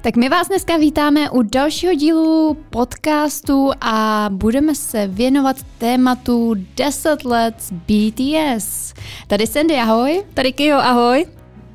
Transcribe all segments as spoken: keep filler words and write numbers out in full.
Tak my vás dneska vítáme u dalšího dílu podcastu a budeme se věnovat tématu deset let B T S. Tady Sandy, ahoj. Tady Kyo, ahoj.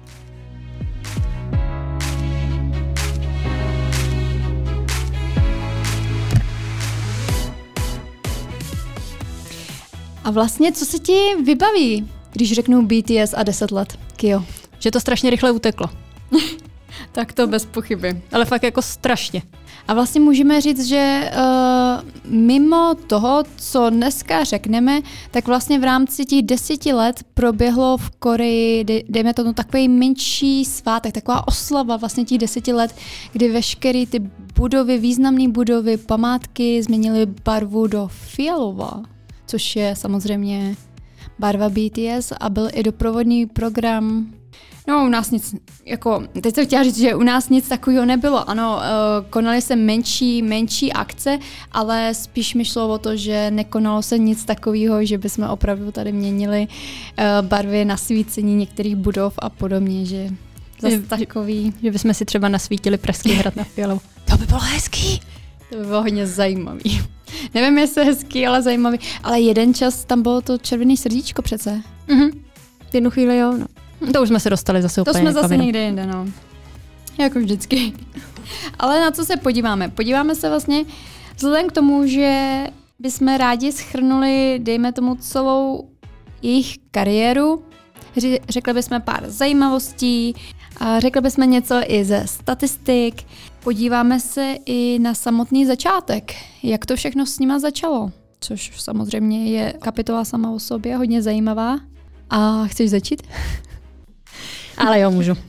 A vlastně, co se ti vybaví, když řeknu B T S a deset let, Kyo? Že to strašně rychle uteklo. Tak to bez pochyby. Ale fakt jako strašně. A vlastně můžeme říct, že uh, mimo toho, co dneska řekneme, tak vlastně v rámci těch deseti let proběhlo v Koreji, dej, dejme tomu takový menší svátek, taková oslava vlastně těch deseti let, kdy veškeré ty budovy, významné budovy, památky změnily barvu do fialova, což je samozřejmě barva B T S a byl i doprovodný program. No, u nás nic, jako, teď jsem chtěla říct, že u nás nic takového nebylo. Ano, uh, konaly se menší, menší akce, ale spíš mi šlo o to, že nekonalo se nic takového, že bychom opravdu tady měnili uh, barvy, nasvícení některých budov a podobně, že zase takový... Že bychom si třeba nasvítili Pražský hrad na fialu. To by bylo hezký. To by bylo hodně zajímavý. Nevím, jestli hezký, ale zajímavý. Ale jeden čas tam bylo to červené srdíčko přece. Mhm. V jednu chvíli jo, no. To už jsme se dostali zase úplně. To jsme zase někde jinde, no. Jako vždycky. Ale na co se podíváme? Podíváme se vlastně vzhledem k tomu, že bychom rádi shrnuli, dejme tomu, celou jejich kariéru. Řekli bychom pár zajímavostí, a řekli bychom něco i ze statistik. Podíváme se i na samotný začátek, jak to všechno s nima začalo. Což samozřejmě je kapitola sama o sobě, hodně zajímavá. A chceš začít? Ale jo, můžu.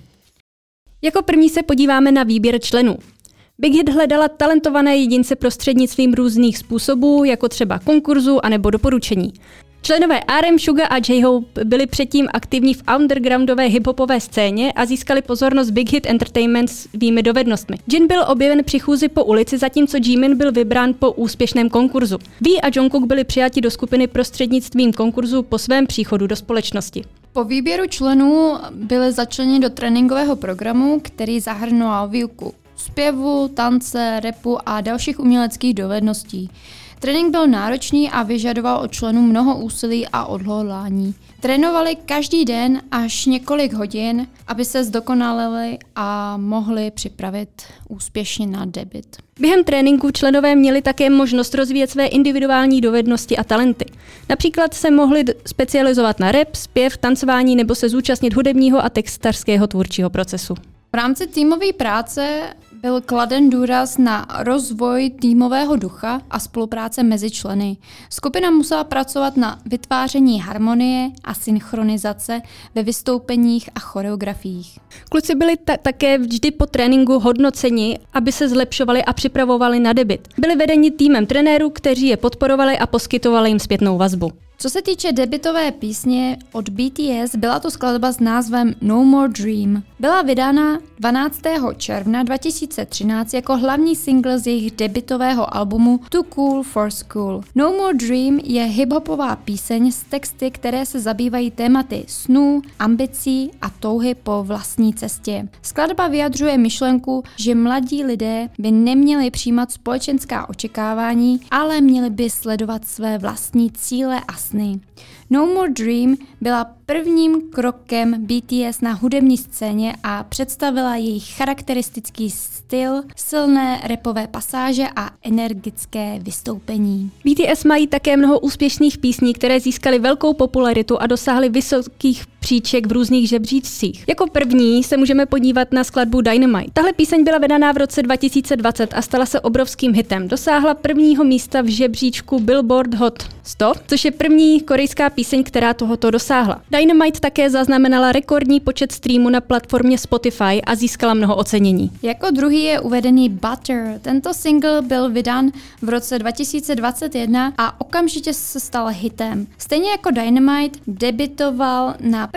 Jako první se podíváme na výběr členů. Big Hit hledala talentované jedince prostřednictvím různých způsobů, jako třeba konkurzu anebo doporučení. Členové R M, Suga a J-Hope byli předtím aktivní v undergroundové hiphopové scéně a získali pozornost Big Hit Entertainment svými dovednostmi. Jin byl objeven při chůzi po ulici, zatímco Jimin byl vybrán po úspěšném konkurzu. V a Jungkook byli přijati do skupiny prostřednictvím konkurzu po svém příchodu do společnosti. Po výběru členů byli začleněni do tréninkového programu, který zahrnoval výuku zpěvu, tance, rapu a dalších uměleckých dovedností. Trénink byl náročný a vyžadoval od členů mnoho úsilí a odhodlání. Trénovali každý den až několik hodin, aby se zdokonalili a mohli připravit úspěšně na debut. Během tréninku členové měli také možnost rozvíjet své individuální dovednosti a talenty. Například se mohli specializovat na rap, zpěv, tancování nebo se zúčastnit hudebního a textařského tvůrčího procesu. V rámci týmové práce byl kladen důraz na rozvoj týmového ducha a spolupráce mezi členy. Skupina musela pracovat na vytváření harmonie a synchronizace ve vystoupeních a choreografiích. Kluci byli ta- také vždy po tréninku hodnoceni, aby se zlepšovali a připravovali na debut. Byli vedeni týmem trenérů, kteří je podporovali a poskytovali jim zpětnou vazbu. Co se týče debutové písně od B T S, byla to skladba s názvem No More Dream. Byla vydána dvanáctého června dva tisíce třináct jako hlavní single z jejich debutového albumu Too Cool for School. No More Dream je hiphopová píseň s texty, které se zabývají tématy snů, ambicí a touhy po vlastní cestě. Skladba vyjadřuje myšlenku, že mladí lidé by neměli přijímat společenská očekávání, ale měli by sledovat své vlastní cíle a sny. No More Dream byla prvním krokem B T S na hudební scéně a představila jejich charakteristický styl, silné rapové pasáže a energické vystoupení. B T S mají také mnoho úspěšných písní, které získaly velkou popularitu a dosáhly vysokých příček v různých žebříčcích. Jako první se můžeme podívat na skladbu Dynamite. Tahle píseň byla vydaná v roce dva tisíce dvacet a stala se obrovským hitem. Dosáhla prvního místa v žebříčku Billboard Hot sto, což je první korejská píseň, která tohoto dosáhla. Dynamite také zaznamenala rekordní počet streamů na platformě Spotify a získala mnoho ocenění. Jako druhý je uvedený Butter. Tento single byl vydán v roce dva tisíce dvacet jedna a okamžitě se stal hitem. Stejně jako Dynamite debutoval na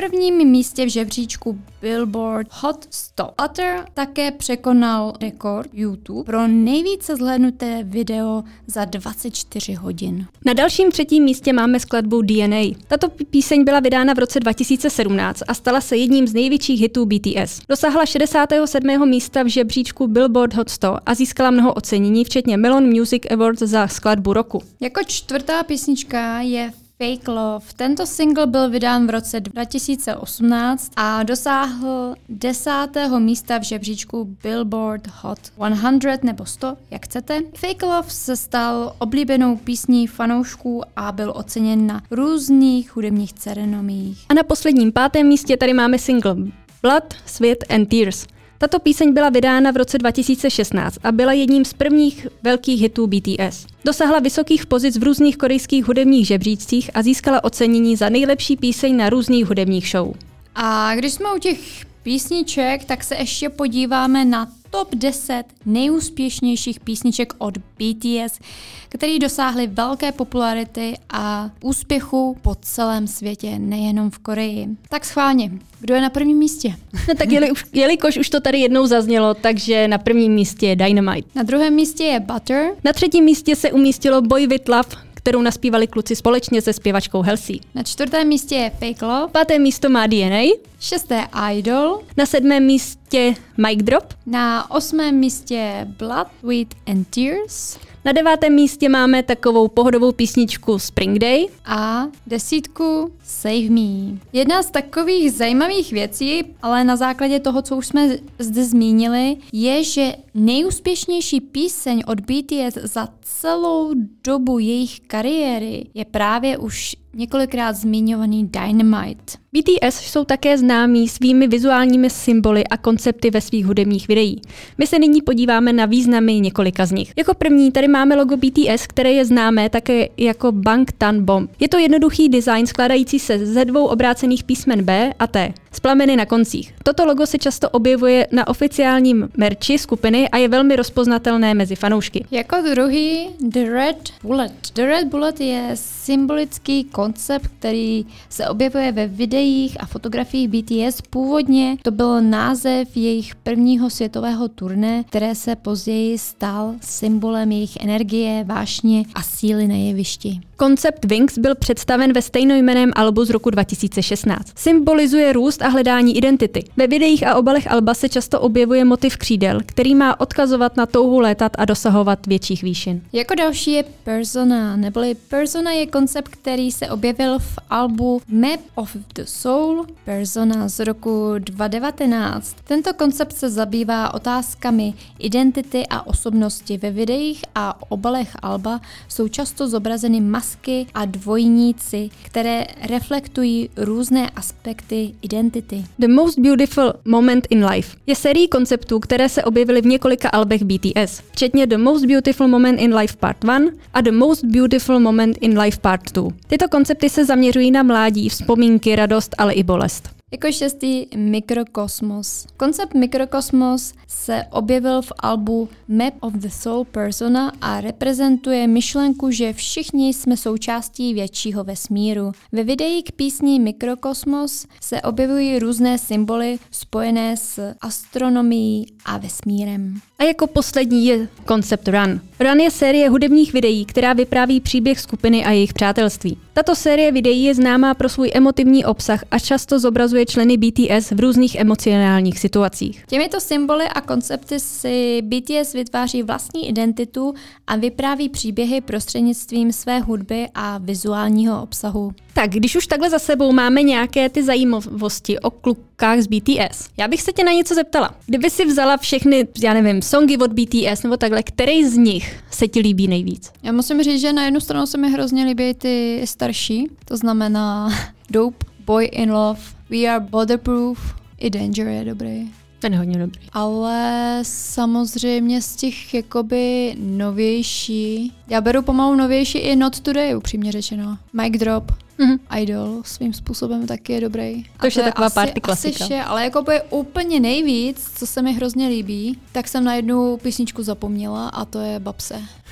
prvním místě v žebříčku Billboard Hot sto. Butter také překonal rekord YouTube pro nejvíce zhlédnuté video za dvacet čtyři hodin. Na dalším třetím místě máme skladbu D N A. Tato píseň byla vydána v roce dva tisíce sedmnáct a stala se jedním z největších hitů B T S. Dosáhla šedesátého sedmého místa v žebříčku Billboard Hot sto a získala mnoho ocenění, včetně Melon Music Awards za skladbu roku. Jako čtvrtá písnička je Fake Love. Tento single byl vydán v roce dva tisíce osmnáct a dosáhl desátého místa v žebříčku Billboard Hot sto nebo sto, jak chcete. Fake Love se stal oblíbenou písní fanoušků a byl oceněn na různých hudebních ceremoních. A na posledním pátém místě tady máme single Blood, Sweat and Tears. Tato píseň byla vydána v roce dva tisíce šestnáct a byla jedním z prvních velkých hitů B T S. Dosáhla vysokých pozic v různých korejských hudebních žebříčcích a získala ocenění za nejlepší píseň na různých hudebních show. A když jsme u těch písniček, tak se ještě podíváme na top deset nejúspěšnějších písniček od B T S, které dosáhly velké popularity a úspěchu po celém světě, nejenom v Koreji. Tak schválně, kdo je na prvním místě? No tak jeli, jelikož už to tady jednou zaznělo, takže na prvním místě je Dynamite. Na druhém místě je Butter. Na třetím místě se umístilo Boy With Love, kterou naspívali kluci společně se zpěvačkou Halsey. Na čtvrtém místě je Fake Love. Páté místo má D N A. Šesté Idol. Na sedmém místě Mic Drop. Na osmém místě Blood, Sweat and Tears. Na devátém místě máme takovou pohodovou písničku Spring Day. A desítku Save Me. Jedna z takových zajímavých věcí, ale na základě toho, co už jsme zde zmínili, je, že nejúspěšnější píseň od B T S za celou dobu jejich kariéry je právě už několikrát zmiňovaný Dynamite. B T S jsou také známí svými vizuálními symboly a koncepty ve svých hudebních videích. My se nyní podíváme na významy několika z nich. Jako první tady máme logo B T S, které je známé také jako Bangtan Bomb. Je to jednoduchý design skládající se ze dvou obrácených písmen B a T s plameny na koncích. Toto logo se často objevuje na oficiálním merči skupiny a je velmi rozpoznatelné mezi fanoušky. Jako druhý The Red Bullet. The Red Bullet je symbolický koncept, který se objevuje ve videích a fotografiích B T S. Původně to byl název jejich prvního světového turné, které se později stal symbolem jejich energie, vášně a síly na jevišti. Koncept Wings byl představen ve stejnojmenném albu z roku dva tisíce šestnáct. Symbolizuje růst a hledání identity. Ve videích a obalech alba se často objevuje motiv křídel, který má odkazovat na touhu létat a dosahovat větších výšin. Jako další je Persona, neboli Persona je koncept, který se objevil v albu Map of the Soul Persona z roku dva tisíce devatenáct. Tento koncept se zabývá otázkami identity a osobnosti. Ve videích a obalech alba jsou často zobrazeny masky a dvojníci, které reflektují různé aspekty identity. The Most Beautiful Moment in Life je série konceptů, které se objevily v několika albech B T S, včetně The Most Beautiful Moment in Life Part jedna a The Most Beautiful Moment in Life Part dva. Tyto koncepty se zaměřují na mládí, vzpomínky, radost, ale i bolest. Jako šestý Mikrokosmos. Koncept Mikrokosmos se objevil v albu Map of the Soul Persona a reprezentuje myšlenku, že všichni jsme součástí většího vesmíru. Ve videí k písni Mikrokosmos se objevují různé symboly spojené s astronomií a vesmírem. A jako poslední je koncept Run. Run je série hudebních videí, která vypráví příběh skupiny a jejich přátelství. Tato série videí je známá pro svůj emotivní obsah a často zobrazuje členy B T S v různých emocionálních situacích. Těmito symboly a koncepty si B T S vytváří vlastní identitu a vypráví příběhy prostřednictvím své hudby a vizuálního obsahu. Tak, když už takhle za sebou máme nějaké ty zajímavosti o klukách z B T S, já bych se tě na něco zeptala. Kdyby si vzala všechny, já nevím, songy od B T S nebo takhle, který z nich se ti líbí nejvíc? Já musím říct, že na jednu stranu se mi hrozně líbí ty starší, to znamená Dope, Boy in Love, We Are Bulletproof, i Danger je dobrý. Ten je hodně dobrý. Ale samozřejmě z těch jakoby novější, já beru pomalu novější i Not Today, upřímně řečeno. Mic Drop, mm-hmm. Idol svým způsobem taky je dobrý. To je taková asi, party klasika. Asi vše, ale jakoby úplně nejvíc, co se mi hrozně líbí, tak jsem na jednu písničku zapomněla a to je Babse.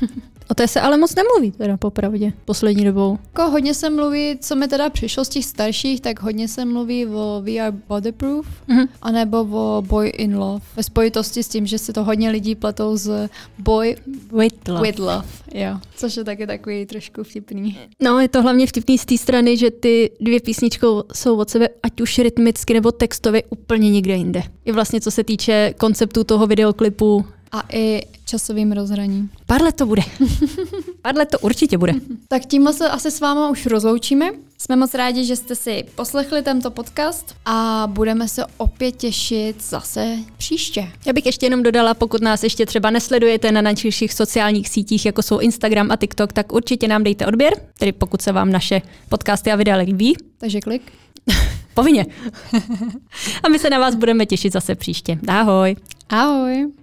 O té se ale moc nemluví, teda popravdě, poslední dobou. Jako hodně se mluví, co mi teda přišlo z těch starších, tak hodně se mluví o V R Bodyproof, mm-hmm. anebo o Boy in Love. Ve spojitosti s tím, že si to hodně lidí pletou z Boy with Love. With love. Jo. Což je taky takový trošku vtipný. No, je to hlavně vtipný z té strany, že ty dvě písničky jsou od sebe, ať už rytmicky nebo textově, úplně někde jinde. I vlastně co se týče konceptu toho videoklipu. A i časovým rozhraním. Pár let to bude. Pár let to určitě bude. Tak tímhle se asi s váma už rozloučíme. Jsme moc rádi, že jste si poslechli tento podcast a budeme se opět těšit zase příště. Já bych ještě jenom dodala, pokud nás ještě třeba nesledujete na našich sociálních sítích, jako jsou Instagram a TikTok, tak určitě nám dejte odběr, tedy pokud se vám naše podcasty a videa líbí. Takže klik. Povinně. A my se na vás budeme těšit zase příště. Ahoj. Ahoj.